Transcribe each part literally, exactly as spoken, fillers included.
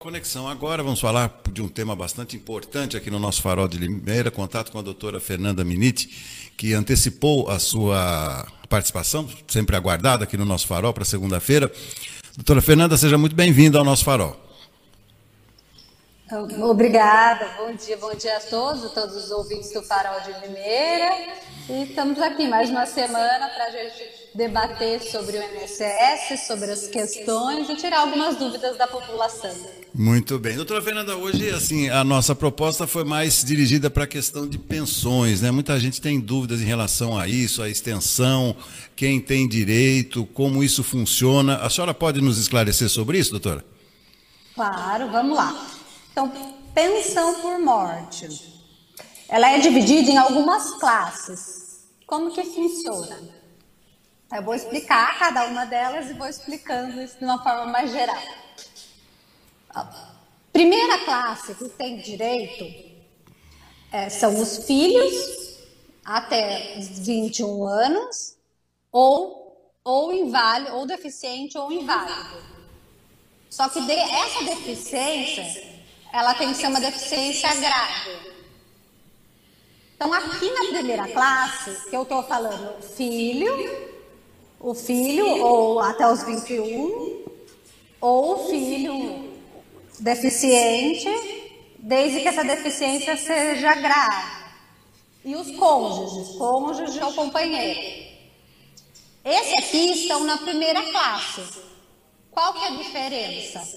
Conexão. Agora vamos falar de um tema bastante importante aqui no nosso Farol de Limeira, contato com a doutora Fernanda Miniti, que antecipou a sua participação, sempre aguardada aqui no nosso Farol para segunda-feira. Doutora Fernanda, seja muito bem-vinda ao nosso Farol. Obrigada, bom dia, bom dia a todos, a todos os ouvintes do Farol de Limeira. E estamos aqui mais uma semana para a gente debater sobre o I N S S, sobre as questões e tirar algumas dúvidas da população. Muito bem. Doutora Fernanda, hoje assim, a nossa proposta foi mais dirigida para a questão de pensões, né? Muita gente tem dúvidas em relação a isso, a extensão, quem tem direito, como isso funciona. A senhora pode nos esclarecer sobre isso, doutora? Claro, vamos lá. Então, pensão por morte. Ela é dividida em algumas classes. Como que funciona? Eu vou explicar cada uma delas e vou explicando isso de uma forma mais geral. A primeira classe que tem direito é, são os filhos até vinte e um anos ou, ou inválido, ou deficiente ou inválido. Só que de, essa deficiência, ela tem que ser uma deficiência grave. Então, aqui na primeira classe, que eu estou falando filho, o filho ou até os vinte e um, ou o filho deficiente, desde que essa deficiência seja grave. E os cônjuges, cônjuge ou companheiro. Esse aqui estão na primeira classe. Qual que é a diferença?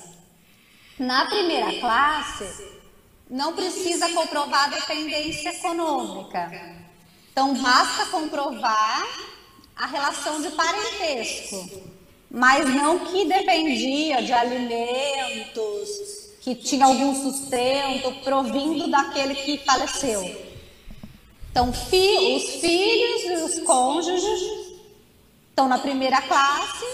Na primeira classe, não precisa comprovar dependência econômica. Então, basta comprovar a relação de parentesco, mas não que dependia de alimentos, que tinha algum sustento provindo daquele que faleceu. Então, fi, os filhos e os cônjuges estão na primeira classe,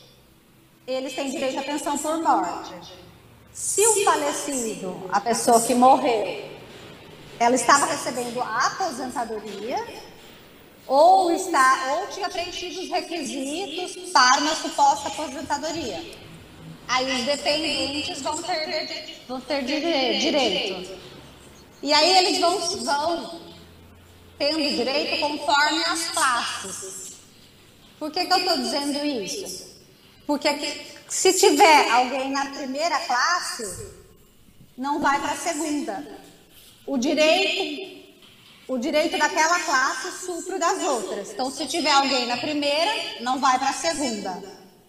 eles têm direito à pensão por morte. Se o falecido, a pessoa que morreu, ela estava recebendo a aposentadoria, ou, está, ou tinha preenchido os requisitos para uma suposta aposentadoria. Aí os dependentes vão ter, vão ter direito. E aí eles vão, vão tendo direito conforme as classes. Por que que eu estou dizendo isso? Porque se tiver alguém na primeira classe, não vai para a segunda. O direito... O direito daquela classe supre das outras. Então, se tiver alguém na primeira, não vai para a segunda.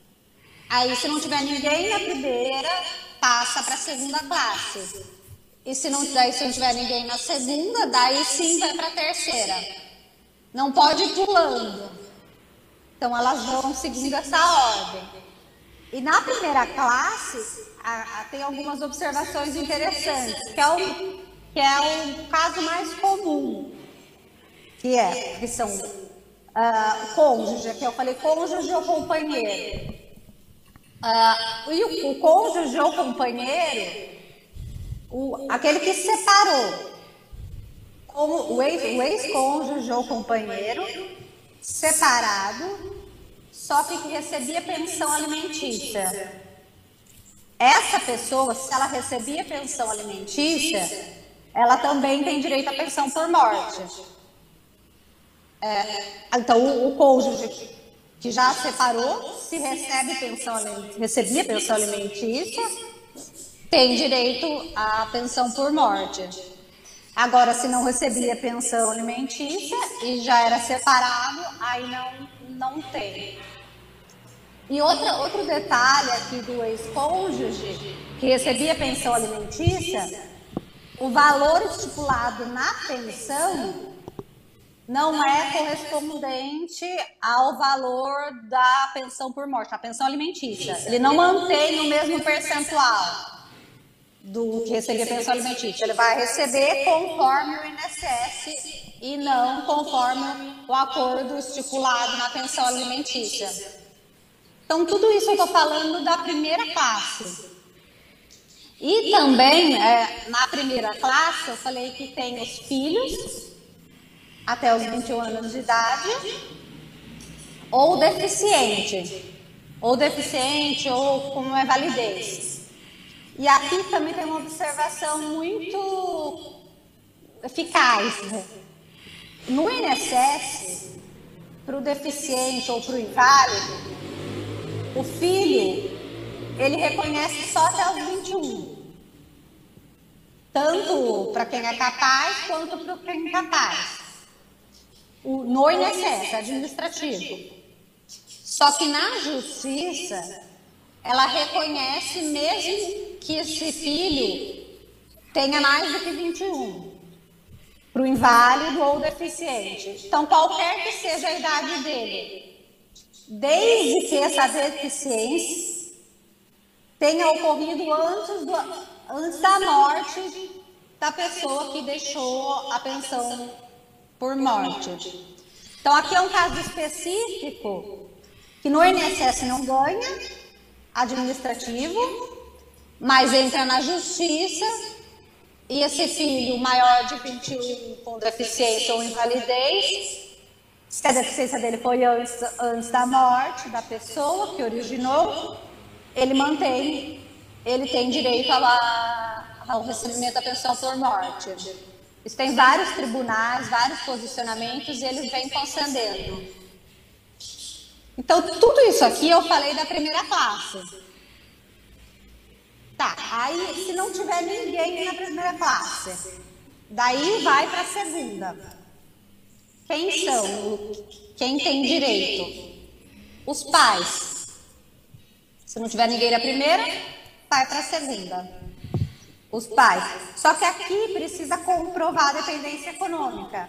Aí, se não tiver ninguém na primeira, passa para a segunda classe. E se não, daí, se não tiver ninguém na segunda, daí sim vai para a terceira. Não pode ir pulando. Então, elas vão seguindo essa ordem. E na primeira classe, a, a, tem algumas observações interessantes, que é o... que é o caso mais comum, que é, que são uh, cônjuge, que eu falei cônjuge ou companheiro. Uh, e o, o cônjuge ou companheiro, o, aquele que separou, o, o ex-cônjuge ou companheiro, separado, só que que recebia pensão alimentícia. Essa pessoa, se ela recebia pensão alimentícia, ela também tem direito à pensão por morte. É, então, o, o cônjuge que já separou, se recebe pensão, recebia pensão alimentícia, tem direito à pensão por morte. Agora, se não recebia pensão alimentícia e já era separado, aí não, não tem. E outra, outro detalhe aqui do ex-cônjuge, que recebia pensão alimentícia, o valor estipulado na pensão não é correspondente ao valor da pensão por morte, a pensão alimentícia. Ele não mantém o mesmo percentual do que recebia pensão alimentícia. Ele vai receber conforme o I N S S e não conforme o acordo estipulado na pensão alimentícia. Então, tudo isso eu estou falando da primeira classe. E também, é, na primeira classe, eu falei que tem os filhos, até os vinte e um anos de idade, ou deficiente, ou deficiente, ou com uma validez. E aqui também tem uma observação muito eficaz, né? No I N S S, para o deficiente ou para o inválido, o filho, ele reconhece só até os vinte e um. Tanto para quem é capaz, quanto para quem é incapaz. O, no I N S S, administrativo. Só que na justiça, ela reconhece mesmo que esse filho tenha mais do que vinte e um. Para o inválido ou deficiente. Então, qualquer que seja a idade dele, desde que essa deficiência tenha ocorrido antes, do, antes da morte da pessoa que deixou a pensão por morte. Então, aqui é um caso específico que no I N S S não ganha, administrativo, mas entra na justiça. E esse filho maior de vinte e um com deficiência ou invalidez, se a deficiência dele foi antes, antes da morte da pessoa que originou, ele mantém, ele tem direito a, ao recebimento da pensão por morte. Isso tem vários tribunais, vários posicionamentos e eles vêm concedendo. Então, tudo isso aqui eu falei da primeira classe. Tá, aí se não tiver ninguém na primeira classe, daí vai para a segunda. Quem são? Quem tem direito? Os pais. Se não tiver ninguém na primeira, vai para a segunda. Os pais. Só que aqui precisa comprovar a dependência econômica.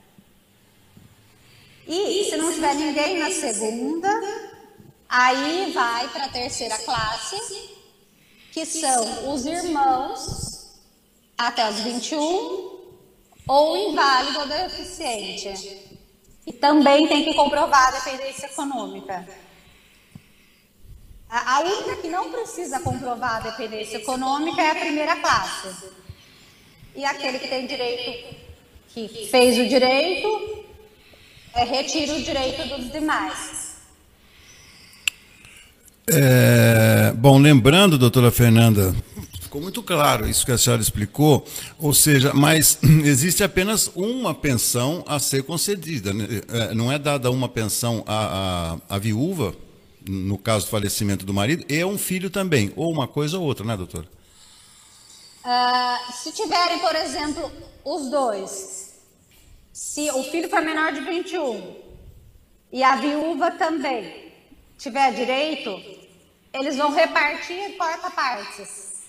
E se não tiver ninguém na segunda, aí vai para a terceira classe, que são os irmãos até os vinte e um ou o inválido ou deficiente. E também tem que comprovar a dependência econômica. A, a única que não precisa comprovar a dependência econômica é a primeira classe. E aquele que tem direito, que fez o direito, é, retira o direito dos demais. É, bom, lembrando, doutora Fernanda, ficou muito claro isso que a senhora explicou, ou seja, mas existe apenas uma pensão a ser concedida, né? Não é dada uma pensão à, à, à viúva, no caso do falecimento do marido, e a um filho também, ou uma coisa ou outra, né, doutora? Uh, se tiverem, por exemplo, os dois, se o filho for menor de vinte e um e a viúva também tiver direito, eles vão repartir em quarta-partes.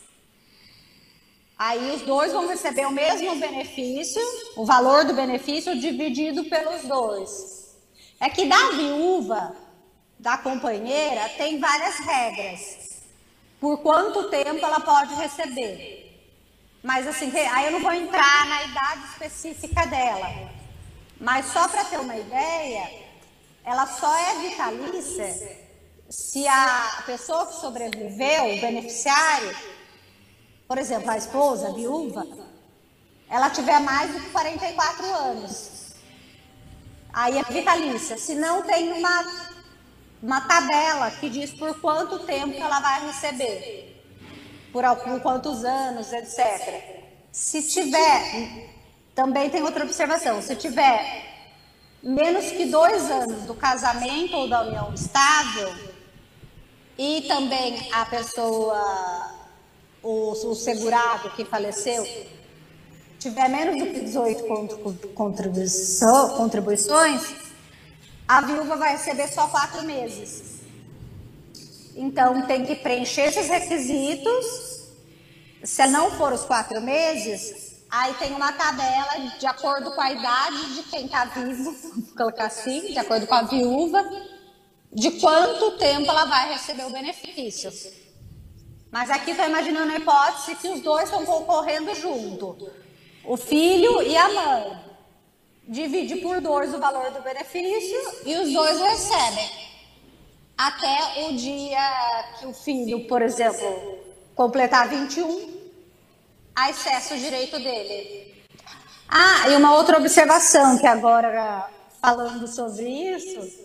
Aí os dois vão receber o mesmo benefício, o valor do benefício dividido pelos dois. É que da viúva, da companheira, tem várias regras. Por quanto tempo ela pode receber. Mas assim, aí eu não vou entrar na idade específica dela. Mas só para ter uma ideia, ela só é vitalícia se a pessoa que sobreviveu, o beneficiário, por exemplo, a esposa, a viúva, ela tiver mais de quarenta e quatro anos. Aí é vitalícia. Se não, tem uma, uma tabela que diz por quanto tempo ela vai receber, por, por quantos anos, etcétera. Se tiver, também tem outra observação, se tiver menos que dois anos do casamento ou da união estável, e também a pessoa, o, o segurado que faleceu, tiver menos do que dezoito contribuição, contribuições, a viúva vai receber só quatro meses. Então, tem que preencher esses requisitos. Se não for os quatro meses, aí tem uma tabela de acordo com a idade de quem está vivo, vou colocar assim, de acordo com a viúva, de quanto tempo ela vai receber o benefício. Mas aqui estou imaginando a hipótese que os dois estão concorrendo junto. O filho e a mãe. Divide por dois o valor do benefício e os dois recebem. Até o dia que o filho, por exemplo, completar vinte e um, aí cessa o direito dele. Ah, e uma outra observação que agora, falando sobre isso,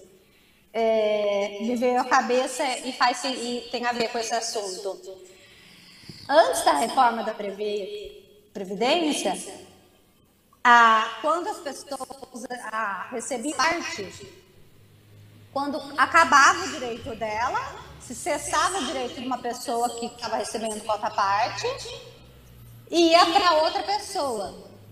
é, me veio à cabeça e, faz, e tem a ver com esse assunto. Antes da reforma da Previdência, ah, quando as pessoas ah, recebiam parte, quando acabava o direito dela, se cessava o direito de uma pessoa que estava recebendo cota parte, ia para outra pessoa.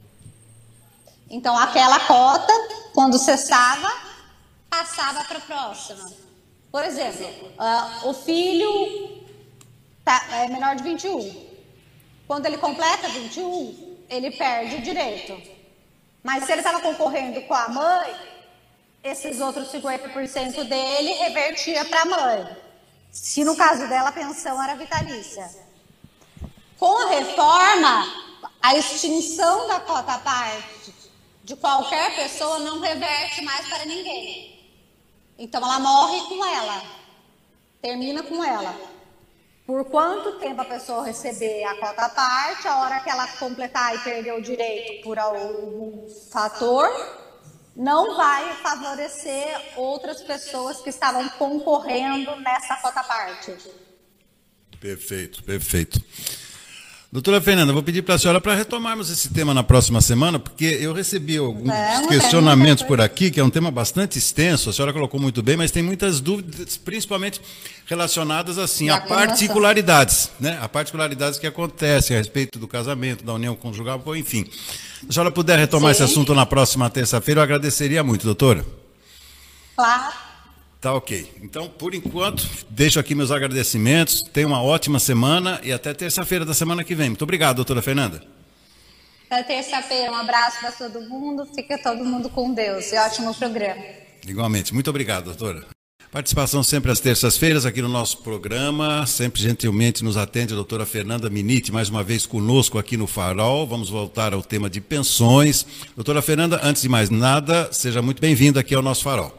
Então, aquela cota, quando cessava, passava para a próxima. Por exemplo, uh, o filho tá, é menor de vinte e um. Quando ele completa vinte e um, ele perde o direito. Mas se ele estava concorrendo com a mãe, esses outros cinquenta por cento dele revertia para a mãe. Se no caso dela a pensão era vitalícia. Com a reforma, a extinção da cota parte de qualquer pessoa não reverte mais para ninguém. Então ela morre com ela, termina com ela. Por quanto tempo a pessoa receber a cota parte, a hora que ela completar e perder o direito por algum fator, não vai favorecer outras pessoas que estavam concorrendo nessa cota parte. Perfeito, perfeito. Doutora Fernanda, vou pedir para a senhora para retomarmos esse tema na próxima semana, porque eu recebi alguns é, questionamentos por aqui, que é um tema bastante extenso, a senhora colocou muito bem, mas tem muitas dúvidas, principalmente relacionadas assim, a particularidades, né? A particularidades que acontecem a respeito do casamento, da união conjugal, enfim. Se a senhora puder retomar Sim. esse assunto na próxima terça-feira, eu agradeceria muito, doutora. Claro. Tá ok. Então, por enquanto, deixo aqui meus agradecimentos. Tenha uma ótima semana e até terça-feira da semana que vem. Muito obrigado, doutora Fernanda. Até terça-feira. Um abraço para todo mundo. Fica todo mundo com Deus. E ótimo programa. Igualmente. Muito obrigado, doutora. Participação sempre às terças-feiras aqui no nosso programa. Sempre gentilmente nos atende a doutora Fernanda Minitti, mais uma vez conosco aqui no Farol. Vamos voltar ao tema de pensões. Doutora Fernanda, antes de mais nada, seja muito bem-vinda aqui ao nosso Farol.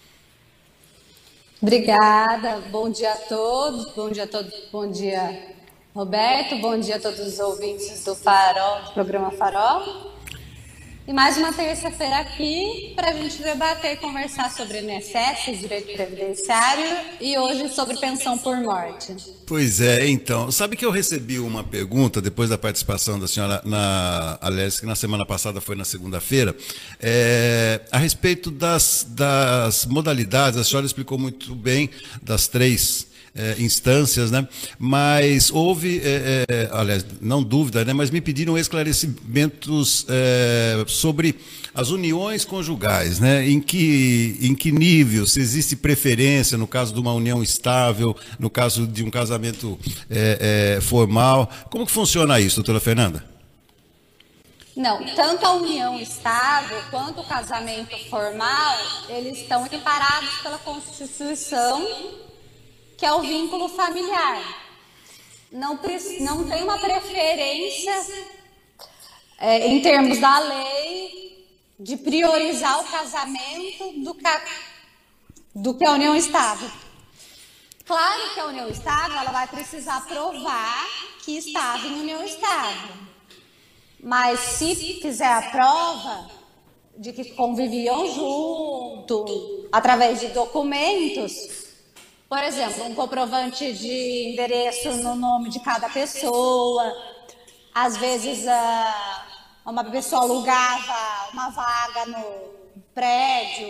Obrigada, bom dia a todos, bom dia a todos, bom dia Roberto, bom dia a todos os ouvintes do Farol, do programa Farol. E mais uma terça-feira aqui para a gente debater e conversar sobre I N S S, direito previdenciário, e hoje sobre pensão por morte. Pois é, então, sabe que eu recebi uma pergunta depois da participação da senhora, na, aliás, que na semana passada foi na segunda-feira, é, a respeito das, das modalidades, a senhora explicou muito bem das três É, instâncias, né? Mas houve, é, é, aliás, não dúvida, né? Mas me pediram esclarecimentos é, sobre as uniões conjugais, né? Em que, em que nível, se existe preferência no caso de uma união estável, no caso de um casamento é, é, formal. Como que funciona isso, doutora Fernanda? Não, tanto a união estável quanto o casamento formal, eles estão equiparados pela Constituição, que é o vínculo familiar. Não, não tem uma preferência é, em termos da lei de priorizar o casamento do que, a, do que a união estável. Claro que a união estável ela vai precisar provar que estava em união estável. Mas se fizer a prova de que conviviam junto, através de documentos, por exemplo, um comprovante de endereço no nome de cada pessoa. Às vezes, uma pessoa alugava uma vaga no prédio.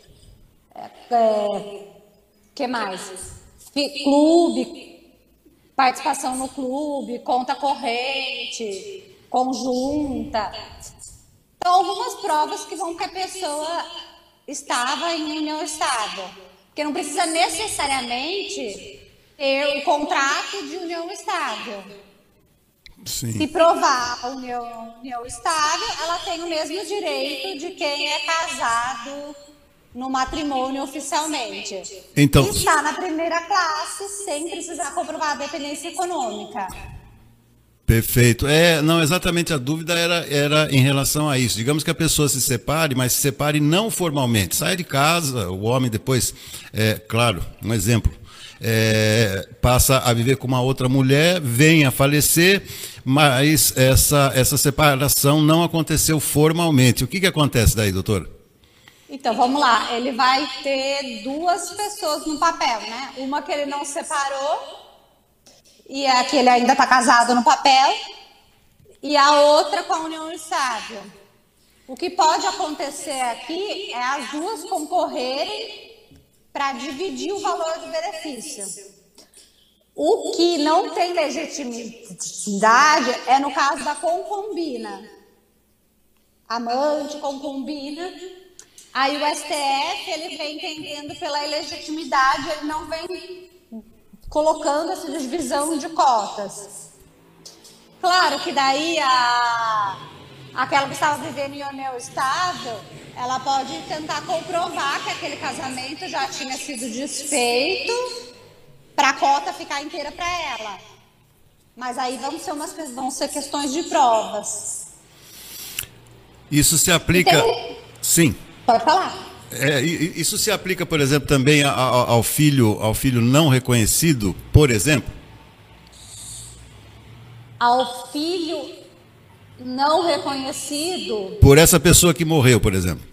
É, que mais? Clube, participação no clube, conta corrente, conjunta. Então, algumas provas que vão que a pessoa estava em união estável. Porque não precisa necessariamente ter o contrato de união estável. Sim. Se provar a união, união estável, ela tem o mesmo direito de quem é casado no matrimônio oficialmente. Então, e está na primeira classe sem precisar comprovar a dependência econômica. Perfeito. É, não, exatamente a dúvida era, era em relação a isso. Digamos que a pessoa se separe, mas se separe não formalmente. Sai de casa, o homem depois, é, claro, um exemplo, é, passa a viver com uma outra mulher, vem a falecer, mas essa, essa separação não aconteceu formalmente. O que, que acontece daí, doutora? Então, vamos lá. Ele vai ter duas pessoas no papel, né? Uma que ele não separou e a que ele ainda está casado no papel, e a outra com a união estável. O que pode acontecer aqui é as duas concorrerem para dividir o valor do benefício. O que não tem legitimidade é no caso da concubina. Amante, concubina. Aí o S T F ele vem entendendo pela ilegitimidade, ele não vem colocando essa divisão de cotas. Claro que daí a, aquela que estava vivendo em união estável, ela pode tentar comprovar que aquele casamento já tinha sido desfeito para a cota ficar inteira para ela. Mas aí vão ser, umas, vão ser questões de provas. Isso se aplica... Então, sim. Pode falar. É, isso se aplica, por exemplo, também ao, ao, filho, ao filho não reconhecido, por exemplo? Ao filho não reconhecido... Por essa pessoa que morreu, por exemplo.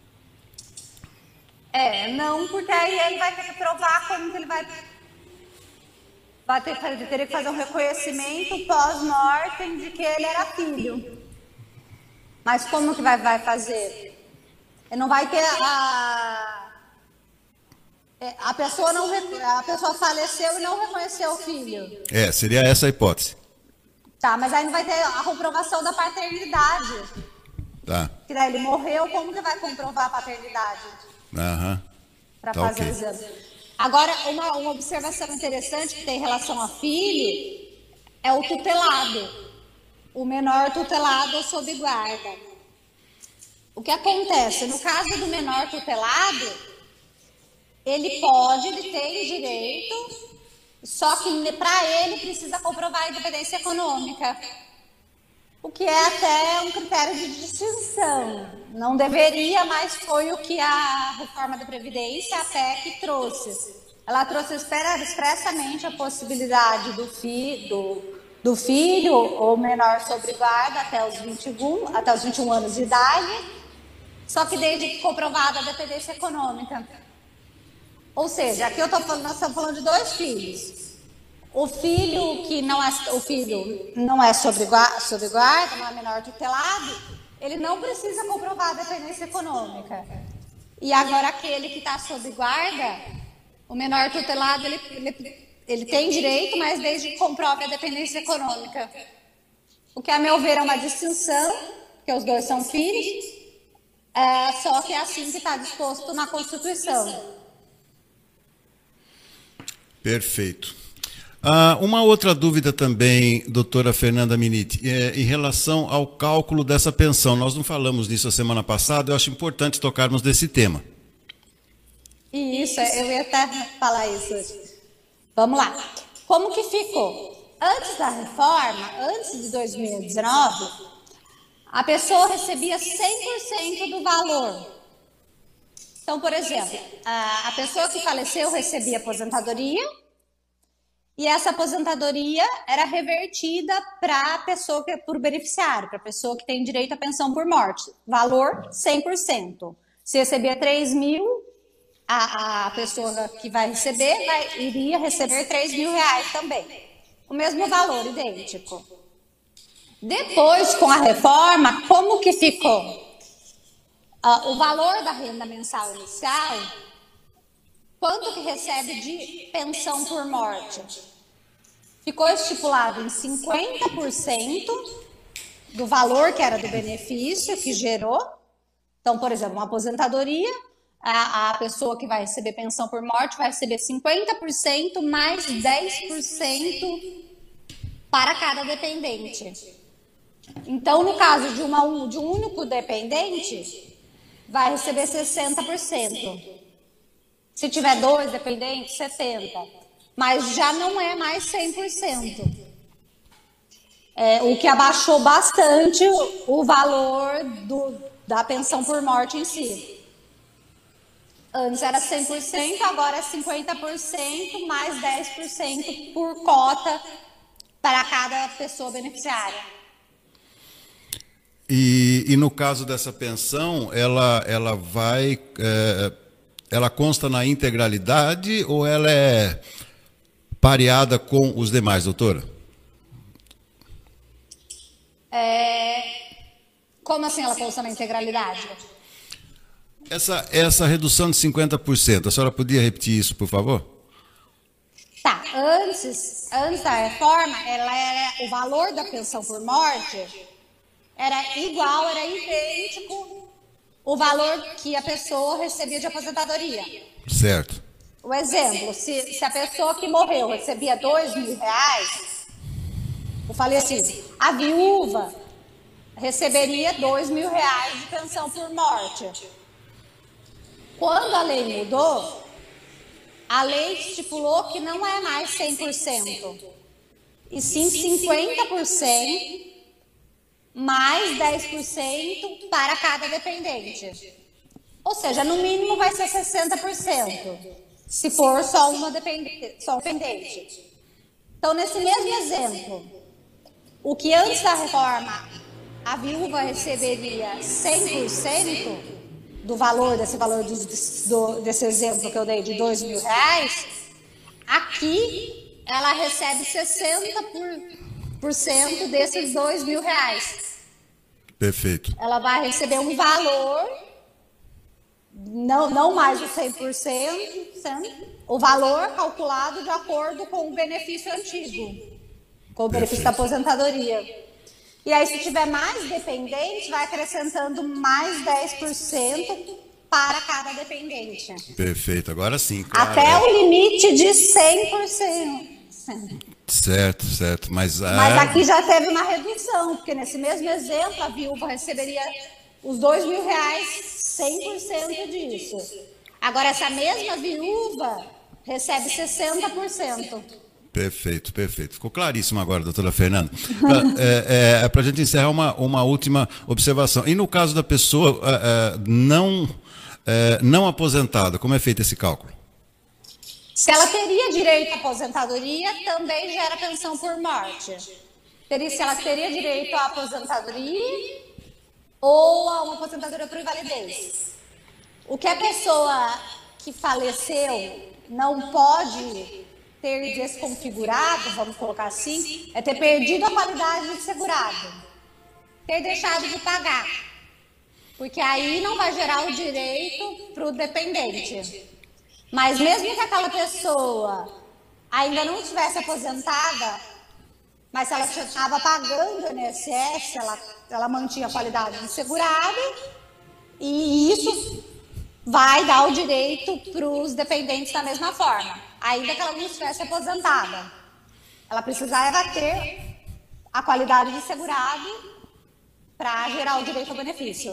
É, não, porque aí ele vai ter que provar como que ele vai... Vai ter, ter que fazer um reconhecimento pós-mortem de que ele era filho. Mas como que vai, vai fazer? Ele não vai ter a... A pessoa, não, a pessoa faleceu e não reconheceu o filho. É, seria essa a hipótese. Tá, mas aí não vai ter a comprovação da paternidade. Tá. Que daí ele morreu, como que vai comprovar a paternidade? Aham. Para tá, fazer okay. o exame. Agora, uma, uma observação interessante que tem em relação a filho é o tutelado. O menor tutelado ou sob guarda. O que acontece? No caso do menor tutelado, ele pode, ele tem direito, só que para ele precisa comprovar a independência econômica. O que é até um critério de distinção. Não deveria, mas foi o que a reforma da Previdência até que trouxe. Ela trouxe expressamente a possibilidade do, fi, do, do filho ou menor sob guarda até os, vinte e um, até os vinte e um anos de idade, só que desde que comprovada a dependência econômica. Ou seja, aqui eu tô falando, nós estamos falando de dois filhos. O filho que não é, o filho não é sob guarda, sob guarda, não é menor tutelado, ele não precisa comprovar a dependência econômica. E agora aquele que está sob guarda, o menor tutelado, ele, ele, ele tem direito, mas desde que comprove a dependência econômica. O que, a meu ver, é uma distinção, porque os dois são filhos, é, só que é assim que está disposto na Constituição. Perfeito. Ah, uma outra dúvida também, doutora Fernanda Minitti, é, em relação ao cálculo dessa pensão. Nós não falamos nisso a semana passada, eu acho importante tocarmos desse tema. Isso, eu ia até falar isso hoje. Vamos lá. Como que ficou? Antes da reforma, antes de dois mil e dezenove, a pessoa recebia cem por cento do valor. Então, por exemplo, a pessoa que faleceu recebia aposentadoria, e essa aposentadoria era revertida para a pessoa, que, por beneficiário, para a pessoa que tem direito à pensão por morte. Valor cem por cento. Se receber três mil, a, a pessoa que vai receber vai, iria receber três mil reais também. O mesmo valor, idêntico. Depois, com a reforma, como que ficou? Uh, o valor da renda mensal inicial, quanto que recebe de pensão por morte? Ficou estipulado em cinquenta por cento do valor que era do benefício que gerou. Então, por exemplo, uma aposentadoria, a, a pessoa que vai receber pensão por morte vai receber cinquenta por cento mais dez por cento para cada dependente. Então, no caso de, uma, de um único dependente, vai receber sessenta por cento. Se tiver dois dependentes, setenta por cento. Mas já não é mais cem por cento. É, o que abaixou bastante o, o valor do, da pensão por morte em si. Antes era cem por cento, agora é cinquenta por cento mais dez por cento por cota para cada pessoa beneficiária. E, e no caso dessa pensão, ela, ela vai... É, ela consta na integralidade ou ela é pareada com os demais, doutora? É... Como assim ela pousa na integralidade? Essa, essa redução de cinquenta por cento, a senhora podia repetir isso, por favor? Tá, antes, antes da reforma, ela era, o valor da pensão por morte era igual, era idêntico o valor que a pessoa recebia de aposentadoria. Certo. O exemplo, se, se a pessoa que morreu recebia dois mil reais, eu falei assim, a viúva receberia dois mil reais de pensão por morte. Quando a lei mudou, a lei estipulou que não é mais cem por cento, e sim cinquenta por cento mais dez por cento para cada dependente. Ou seja, no mínimo vai ser sessenta por cento, se for só uma dependente, só um dependente. Então, nesse mesmo exemplo, o que antes da reforma a viúva receberia cem por cento do valor, desse valor do, do, desse exemplo que eu dei de dois mil reais, aqui ela recebe sessenta por cento desses dois mil reais. Perfeito. Ela vai receber um valor, não, não mais de cem por cento, o valor calculado de acordo com o benefício antigo, com o benefício da aposentadoria. E aí, se tiver mais dependente, vai acrescentando mais dez por cento para cada dependente. Perfeito, agora sim. Claro, até é. o limite de cem por cento. Certo, certo. Mas, Mas ah, aqui já teve uma redução, porque nesse mesmo exemplo, a viúva receberia os dois mil reais, cem por cento disso. Agora, essa mesma viúva recebe sessenta por cento. Perfeito, perfeito. Ficou claríssimo agora, doutora Fernanda. Para é, é, a gente encerrar uma, uma última observação. E no caso da pessoa é, é, não, é, não aposentada, como é feito esse cálculo? Se ela teria direito à aposentadoria, também gera pensão por morte. Teria, se ela teria direito à aposentadoria ou a uma aposentadoria por invalidez. O que a pessoa que faleceu não pode ter desconfigurado, vamos colocar assim, é ter perdido a qualidade de segurado, ter deixado de pagar, porque aí não vai gerar o direito para o dependente. Mas mesmo que aquela pessoa ainda não estivesse aposentada, mas se ela estava pagando o I N S S, ela, ela mantinha a qualidade de segurado, e isso vai dar o direito para os dependentes da mesma forma. Ainda que ela não estivesse aposentada, ela precisava ter a qualidade de segurado para gerar o direito ao benefício.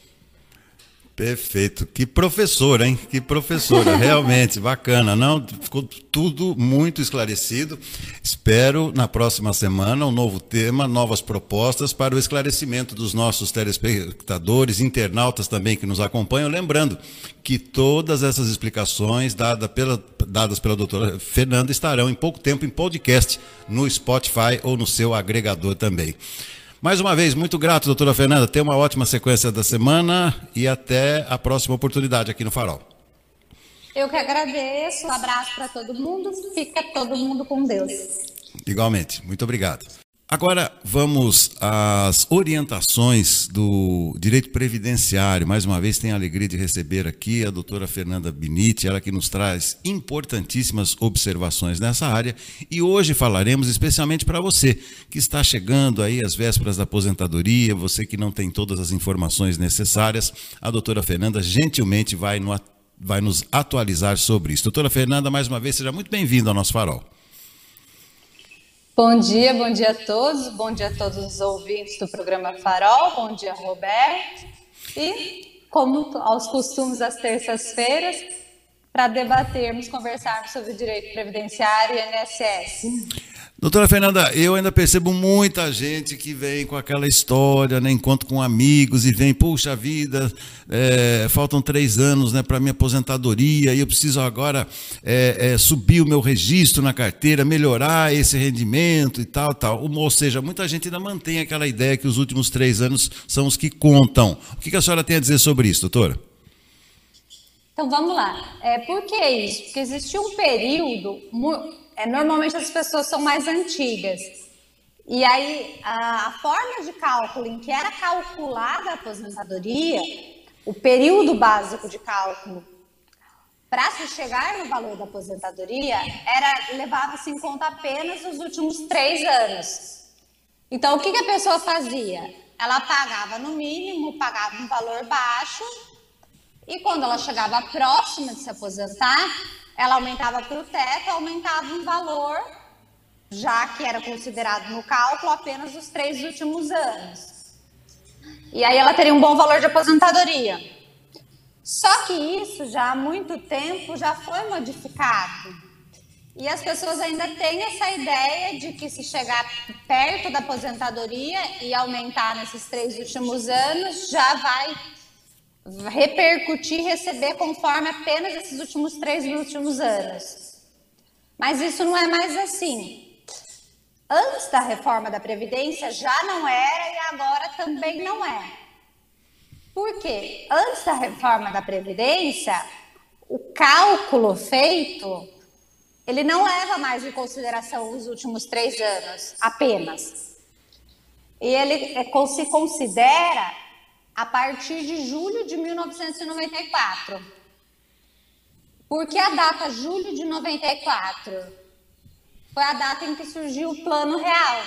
Perfeito. Que professora, hein? Que professora, realmente, bacana. Não, ficou tudo muito esclarecido. Espero, na próxima semana, um novo tema, novas propostas para o esclarecimento dos nossos telespectadores, internautas também que nos acompanham. Lembrando que todas essas explicações dadas pela, dadas pela doutora Fernanda estarão em pouco tempo em podcast no Spotify ou no seu agregador também. Mais uma vez, muito grato, doutora Fernanda. Tenha uma ótima sequência da semana e até a próxima oportunidade aqui no Farol. Eu que agradeço. Um abraço para todo mundo. Fica todo mundo com Deus. Igualmente. Muito obrigado. Agora vamos às orientações do direito previdenciário. Mais uma vez tenho a alegria de receber aqui a doutora Fernanda Binitti, ela que nos traz importantíssimas observações nessa área. E hoje falaremos especialmente para você que está chegando aí às vésperas da aposentadoria, você que não tem todas as informações necessárias. A doutora Fernanda gentilmente vai, no, vai nos atualizar sobre isso. Doutora Fernanda, mais uma vez, seja muito bem-vinda ao nosso Farol. Bom dia, bom dia a todos, bom dia a todos os ouvintes do programa Farol, bom dia Roberto, e como aos costumes das terças-feiras, para debatermos, conversarmos sobre o direito previdenciário e I N S S. Doutora Fernanda, eu ainda percebo muita gente que vem com aquela história, né, encontro com amigos e vem, puxa vida, é, faltam três anos, né, para minha aposentadoria e eu preciso agora é, é, subir o meu registro na carteira, melhorar esse rendimento e tal, tal. Ou seja, muita gente ainda mantém aquela ideia que os últimos três anos são os que contam. O que a senhora tem a dizer sobre isso, doutora? Então vamos lá. É, por que isso? Porque existiu um período... é, normalmente as pessoas são mais antigas. E aí, a, a forma de cálculo em que era calculada a aposentadoria, o período básico de cálculo, para se chegar no valor da aposentadoria, era levava-se em conta apenas os últimos três anos. Então, o que, que a pessoa fazia? Ela pagava no mínimo, pagava um valor baixo, e quando ela chegava próxima de se aposentar, ela aumentava para o teto, aumentava um valor, já que era considerado no cálculo apenas os três últimos anos. E aí ela teria um bom valor de aposentadoria. Só que isso já há muito tempo já foi modificado. E as pessoas ainda têm essa ideia de que se chegar perto da aposentadoria e aumentar nesses três últimos anos, já vai repercutir, receber conforme apenas esses últimos três últimos anos. Mas isso não é mais assim. Antes da reforma da Previdência já não era e agora também não é. Por quê? Antes da reforma da Previdência, o cálculo feito, ele não leva mais em consideração os últimos três anos, apenas. E ele se considera a partir de julho de mil novecentos e noventa e quatro. Por que a data julho de noventa e quatro? Foi a data em que surgiu o Plano Real.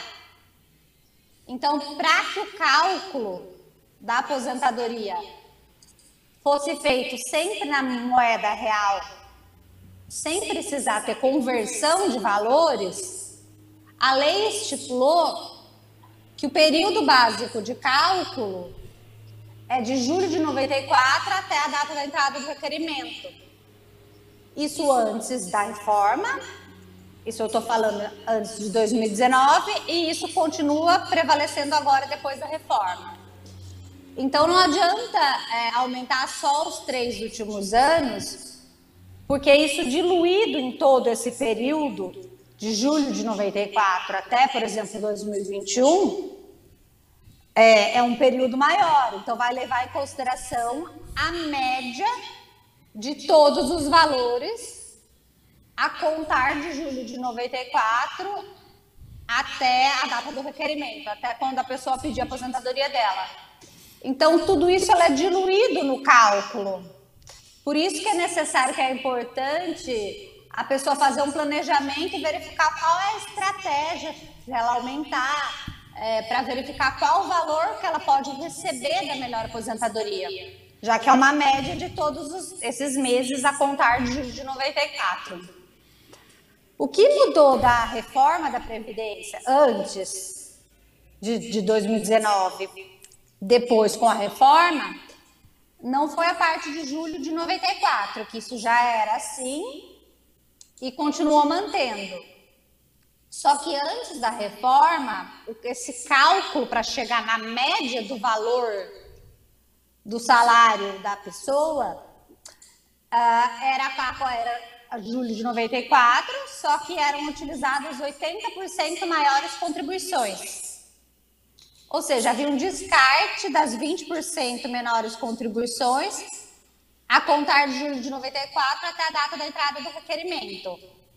Então, para que o cálculo da aposentadoria fosse feito sempre na moeda real, sem precisar ter conversão de valores, a lei estipulou que o período básico de cálculo é de julho de noventa e quatro até a data da entrada do requerimento. Isso antes da reforma. Isso eu estou falando antes de dois mil e dezenove e isso continua prevalecendo agora depois da reforma. Então não adianta é, aumentar só os três últimos anos, porque isso diluído em todo esse período de julho de noventa e quatro até, por exemplo, dois mil e vinte e um, é, é um período maior. Então vai levar em consideração a média de todos os valores a contar de julho de noventa e quatro até a data do requerimento, até quando a pessoa pedir a aposentadoria dela. Então, tudo isso ela é diluído no cálculo. Por isso que é necessário, que é importante a pessoa fazer um planejamento e verificar qual é a estratégia de ela aumentar, é, para verificar qual o valor que ela pode receber da melhor aposentadoria, já que é uma média de todos os, esses meses a contar de julho de noventa e quatro. O que mudou da reforma da Previdência antes de, de dois mil e dezenove, depois com a reforma, não foi a parte de julho de noventa e quatro, que isso já era assim e continuou mantendo. Só que antes da reforma, esse cálculo para chegar na média do valor do salário da pessoa uh, era qual era julho de noventa e quatro, só que eram utilizadas oitenta por cento maiores contribuições. Ou seja, havia um descarte das vinte por cento menores contribuições a contar de julho de noventa e quatro até a data da entrada do requerimento.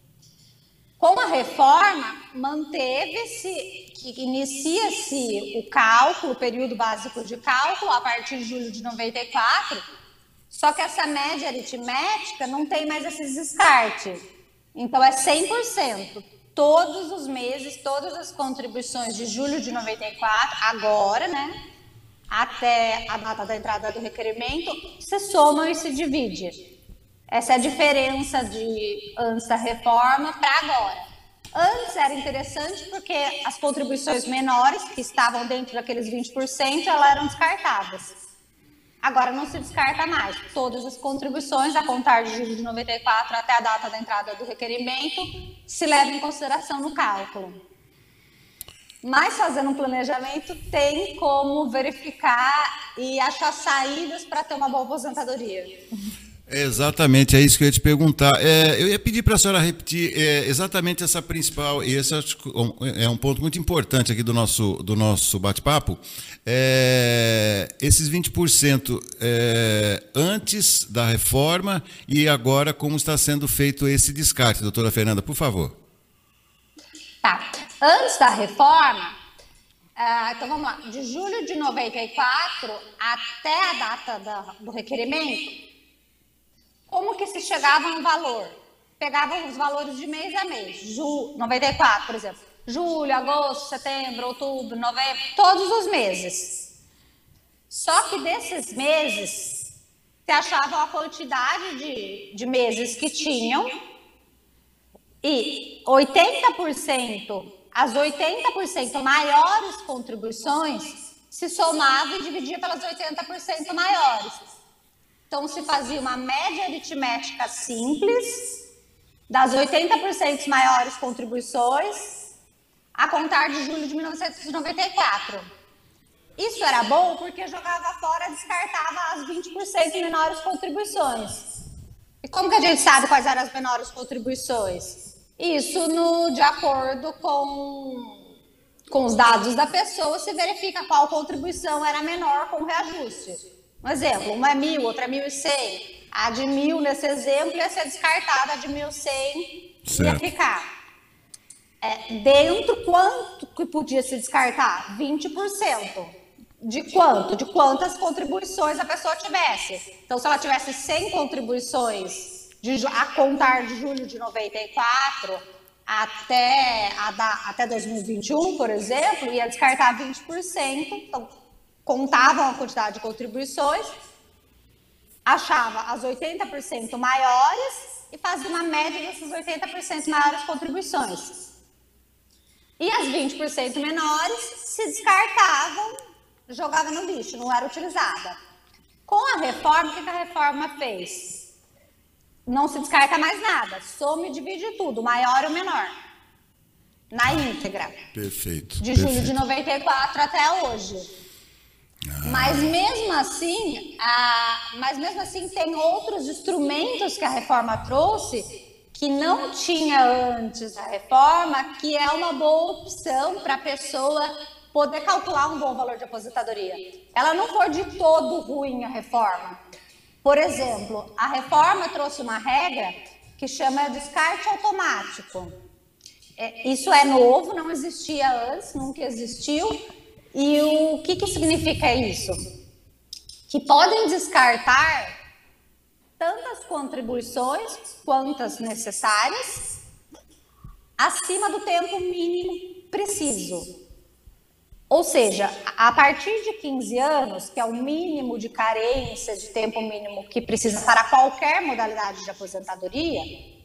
Com a reforma, manteve-se que inicia-se o cálculo, o período básico de cálculo, a partir de julho de noventa e quatro, só que essa média aritmética não tem mais esses descartes. Então, é cem por cento. Todos os meses, todas as contribuições de julho de noventa e quatro, agora, né, até a data da entrada do requerimento, se somam e se dividem. Essa é a diferença de antes da reforma para agora. Antes era interessante porque as contribuições menores, que estavam dentro daqueles vinte por cento, elas eram descartadas. Agora não se descarta mais. Todas as contribuições, a contar de julho de noventa e quatro até a data da entrada do requerimento, se levam em consideração no cálculo. Mas fazendo um planejamento, tem como verificar e achar saídas para ter uma boa aposentadoria. Exatamente, é isso que eu ia te perguntar. É, eu ia pedir para a senhora repetir é, exatamente essa principal, e esse é um ponto muito importante aqui do nosso, do nosso bate-papo, é, esses vinte por cento é, antes da reforma e agora como está sendo feito esse descarte, doutora Fernanda, por favor. Tá. Antes da reforma, uh, então vamos lá, de julho de noventa e quatro até a data da, do requerimento, como que se chegava no valor? Pegavam os valores de mês a mês, Ju, noventa e quatro, por exemplo, julho, agosto, setembro, outubro, novembro, todos os meses. Só que desses meses, se achavam a quantidade de, de meses que tinham e oitenta por cento, as oitenta por cento maiores contribuições se somavam e dividia pelas oitenta por cento maiores. Então, se fazia uma média aritmética simples das oitenta por cento maiores contribuições a contar de julho de mil novecentos e noventa e quatro. Isso era bom porque jogava fora, descartava as vinte por cento menores contribuições. E como que a gente sabe quais eram as menores contribuições? Isso, no, de acordo com, com os dados da pessoa, se verifica qual contribuição era menor com o reajuste. Um exemplo, uma é mil, outra é mil e cem. A de mil, nesse exemplo, ia ser descartada, a de mil e cem ia ficar. É, dentro, quanto que podia se descartar? vinte por cento. De quanto? De quantas contribuições a pessoa tivesse. Então, se ela tivesse cem contribuições de, a contar de julho de noventa e quatro até, a da, até dois mil e vinte e um, por exemplo, ia descartar vinte por cento. Então, contavam a quantidade de contribuições, achava as oitenta por cento maiores e fazia uma média dessas oitenta por cento maiores contribuições. E as vinte por cento menores se descartavam, jogavam no lixo, não era utilizada. Com a reforma, o que a reforma fez? Não se descarta mais nada, soma e divide tudo, o maior e o menor, na íntegra. Perfeito. De perfeito. julho de noventa e quatro até hoje. Ah. Mas mesmo assim, a, mas mesmo assim tem outros instrumentos que a reforma trouxe que não tinha antes da reforma, que é uma boa opção para a pessoa poder calcular um bom valor de aposentadoria. Ela não foi de todo ruim a reforma. Por exemplo, a reforma trouxe uma regra que chama descarte automático. É, isso é novo, não existia antes, nunca existiu. E o que, que significa isso? Que podem descartar tantas contribuições quantas necessárias acima do tempo mínimo preciso. Ou seja, a partir de quinze anos, que é o mínimo de carência de tempo mínimo que precisa para qualquer modalidade de aposentadoria,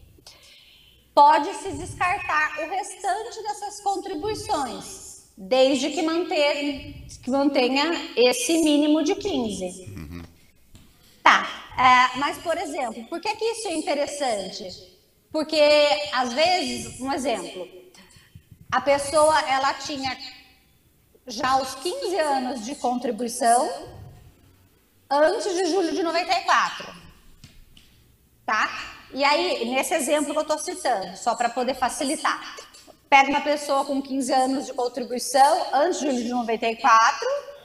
pode-se descartar o restante dessas contribuições, desde que mantenha, que mantenha esse mínimo de quinze. Uhum. Tá, é, mas, por exemplo, por que que isso é interessante? Porque, às vezes, um exemplo, a pessoa, ela tinha já os quinze anos de contribuição antes de julho de noventa e quatro, tá? E aí, nesse exemplo que eu estou citando, só para poder facilitar, pega uma pessoa com quinze anos de contribuição antes de julho de noventa e quatro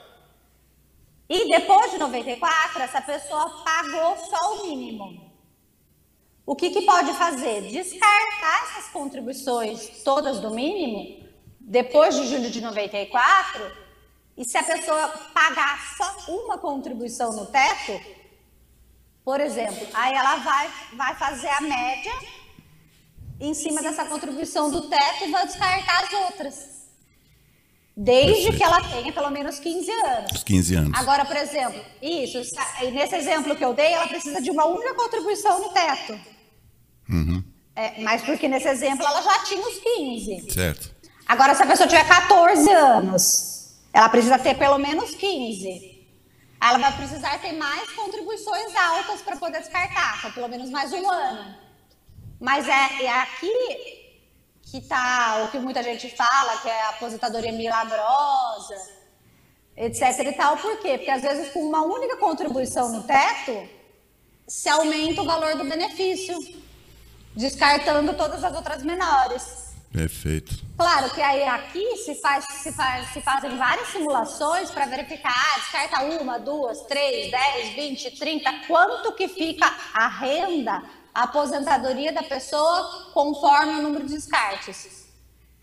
e depois de noventa e quatro, essa pessoa pagou só o mínimo. O que que pode fazer? Descartar essas contribuições todas do mínimo depois de julho de noventa e quatro, e se a pessoa pagar só uma contribuição no teto, por exemplo, aí ela vai, vai fazer a média em cima dessa contribuição do teto e vai descartar as outras. Desde Perfeito. Que ela tenha pelo menos quinze anos. Os quinze anos. Agora, por exemplo, isso, nesse exemplo que eu dei, ela precisa de uma única contribuição no teto. Uhum. É, mas porque nesse exemplo ela já tinha os quinze. Certo. Agora, se a pessoa tiver quatorze anos, ela precisa ter pelo menos quinze. Ela vai precisar ter mais contribuições altas para poder descartar, então pelo menos mais um ano. Mas é, é aqui que está o que muita gente fala, que é a aposentadoria milagrosa, etc e tal. Por quê? Porque às vezes com uma única contribuição no teto, se aumenta o valor do benefício, descartando todas as outras menores. Perfeito. Claro que aí aqui se, faz, se, faz, se fazem várias simulações para verificar, ah, descarta uma, duas, três, dez, vinte, trinta, quanto que fica a renda, a aposentadoria da pessoa conforme o número de descartes.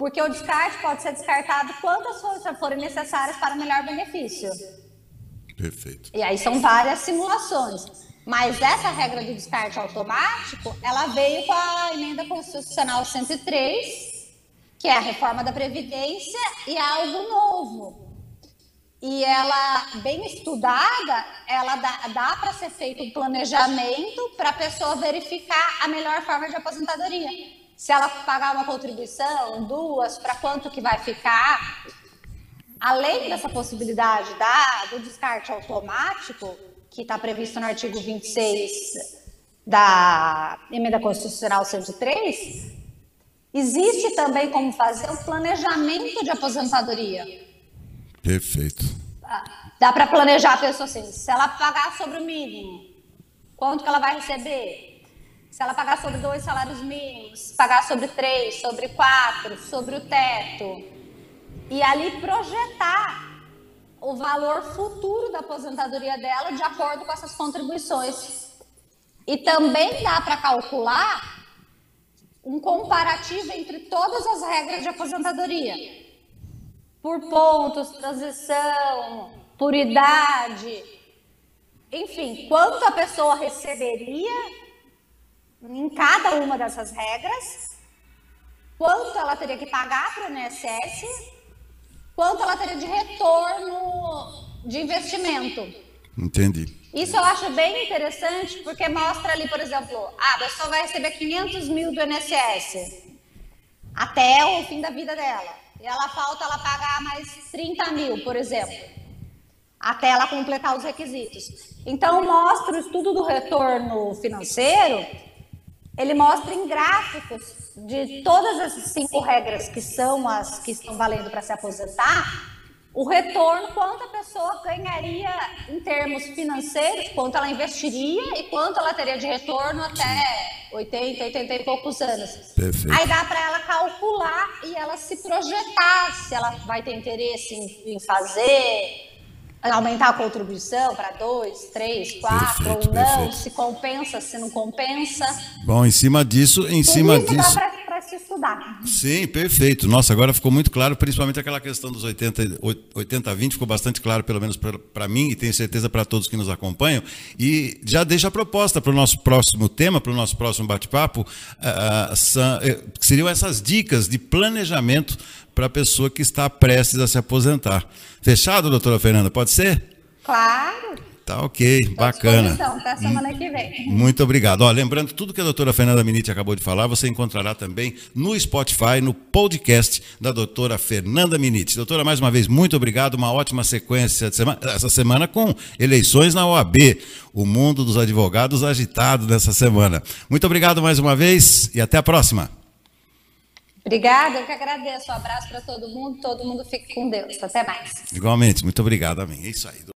Porque o descarte pode ser descartado quantas forças forem necessárias para o melhor benefício. Perfeito. E aí são várias simulações. Mas essa regra do descarte automático, ela veio com a emenda constitucional cento e três, que é a reforma da Previdência, e é algo novo. E ela, bem estudada, ela dá, dá para ser feito um planejamento para a pessoa verificar a melhor forma de aposentadoria. Se ela pagar uma contribuição, duas, para quanto que vai ficar. Além dessa possibilidade da, do descarte automático, que está previsto no artigo vinte e seis da Emenda Constitucional cento e três, existe também como fazer um planejamento de aposentadoria. Perfeito. Dá para planejar a pessoa assim, se ela pagar sobre o mínimo, quanto que ela vai receber? Se ela pagar sobre dois salários mínimos, pagar sobre três, sobre quatro, sobre o teto. E ali projetar o valor futuro da aposentadoria dela de acordo com essas contribuições. E também dá para calcular um comparativo entre todas as regras de aposentadoria. Por pontos, transição, por idade, enfim, quanto a pessoa receberia em cada uma dessas regras, quanto ela teria que pagar para o I N S S, quanto ela teria de retorno de investimento. Entendi. Isso eu acho bem interessante, porque mostra ali, por exemplo, ah, a pessoa vai receber quinhentos mil do I N S S até o fim da vida dela. E ela falta ela pagar mais trinta mil, por exemplo, até ela completar os requisitos. Então, mostra o estudo do retorno financeiro, ele mostra em gráficos de todas as cinco regras que são as que estão valendo para se aposentar, o retorno, quanto a pessoa ganharia em termos financeiros, quanto ela investiria e quanto ela teria de retorno até oitenta, oitenta e poucos anos. Perfeito. Aí dá para ela calcular e ela se projetar se ela vai ter interesse em, em fazer, aumentar a contribuição para dois, três, quatro, Perfeito, ou não, perfeito. se compensa, se não compensa. Bom, em cima disso, em Tudo cima isso disso. dá para se estudar. Sim, perfeito. Nossa, agora ficou muito claro, principalmente aquela questão dos oitenta, oitenta vinte, ficou bastante claro, pelo menos para mim, e tenho certeza para todos que nos acompanham. E já deixa a proposta para o nosso próximo tema, para o nosso próximo bate-papo, uh, são, uh, que seriam essas dicas de planejamento para a pessoa que está prestes a se aposentar. Fechado, doutora Fernanda? Pode ser? Claro. Tá ok, bacana. Então, até semana que vem. Muito obrigado. Ó, lembrando, tudo que a doutora Fernanda Minitti acabou de falar, você encontrará também no Spotify, no podcast da doutora Fernanda Minitti. Doutora, mais uma vez, muito obrigado. Uma ótima sequência de semana, essa semana com eleições na O A B. O mundo dos advogados agitado nessa semana. Muito obrigado mais uma vez e até a próxima. Obrigada, eu que agradeço. Um abraço para todo mundo. Todo mundo fique com Deus. Até mais. Igualmente, muito obrigado. Amém. É isso aí.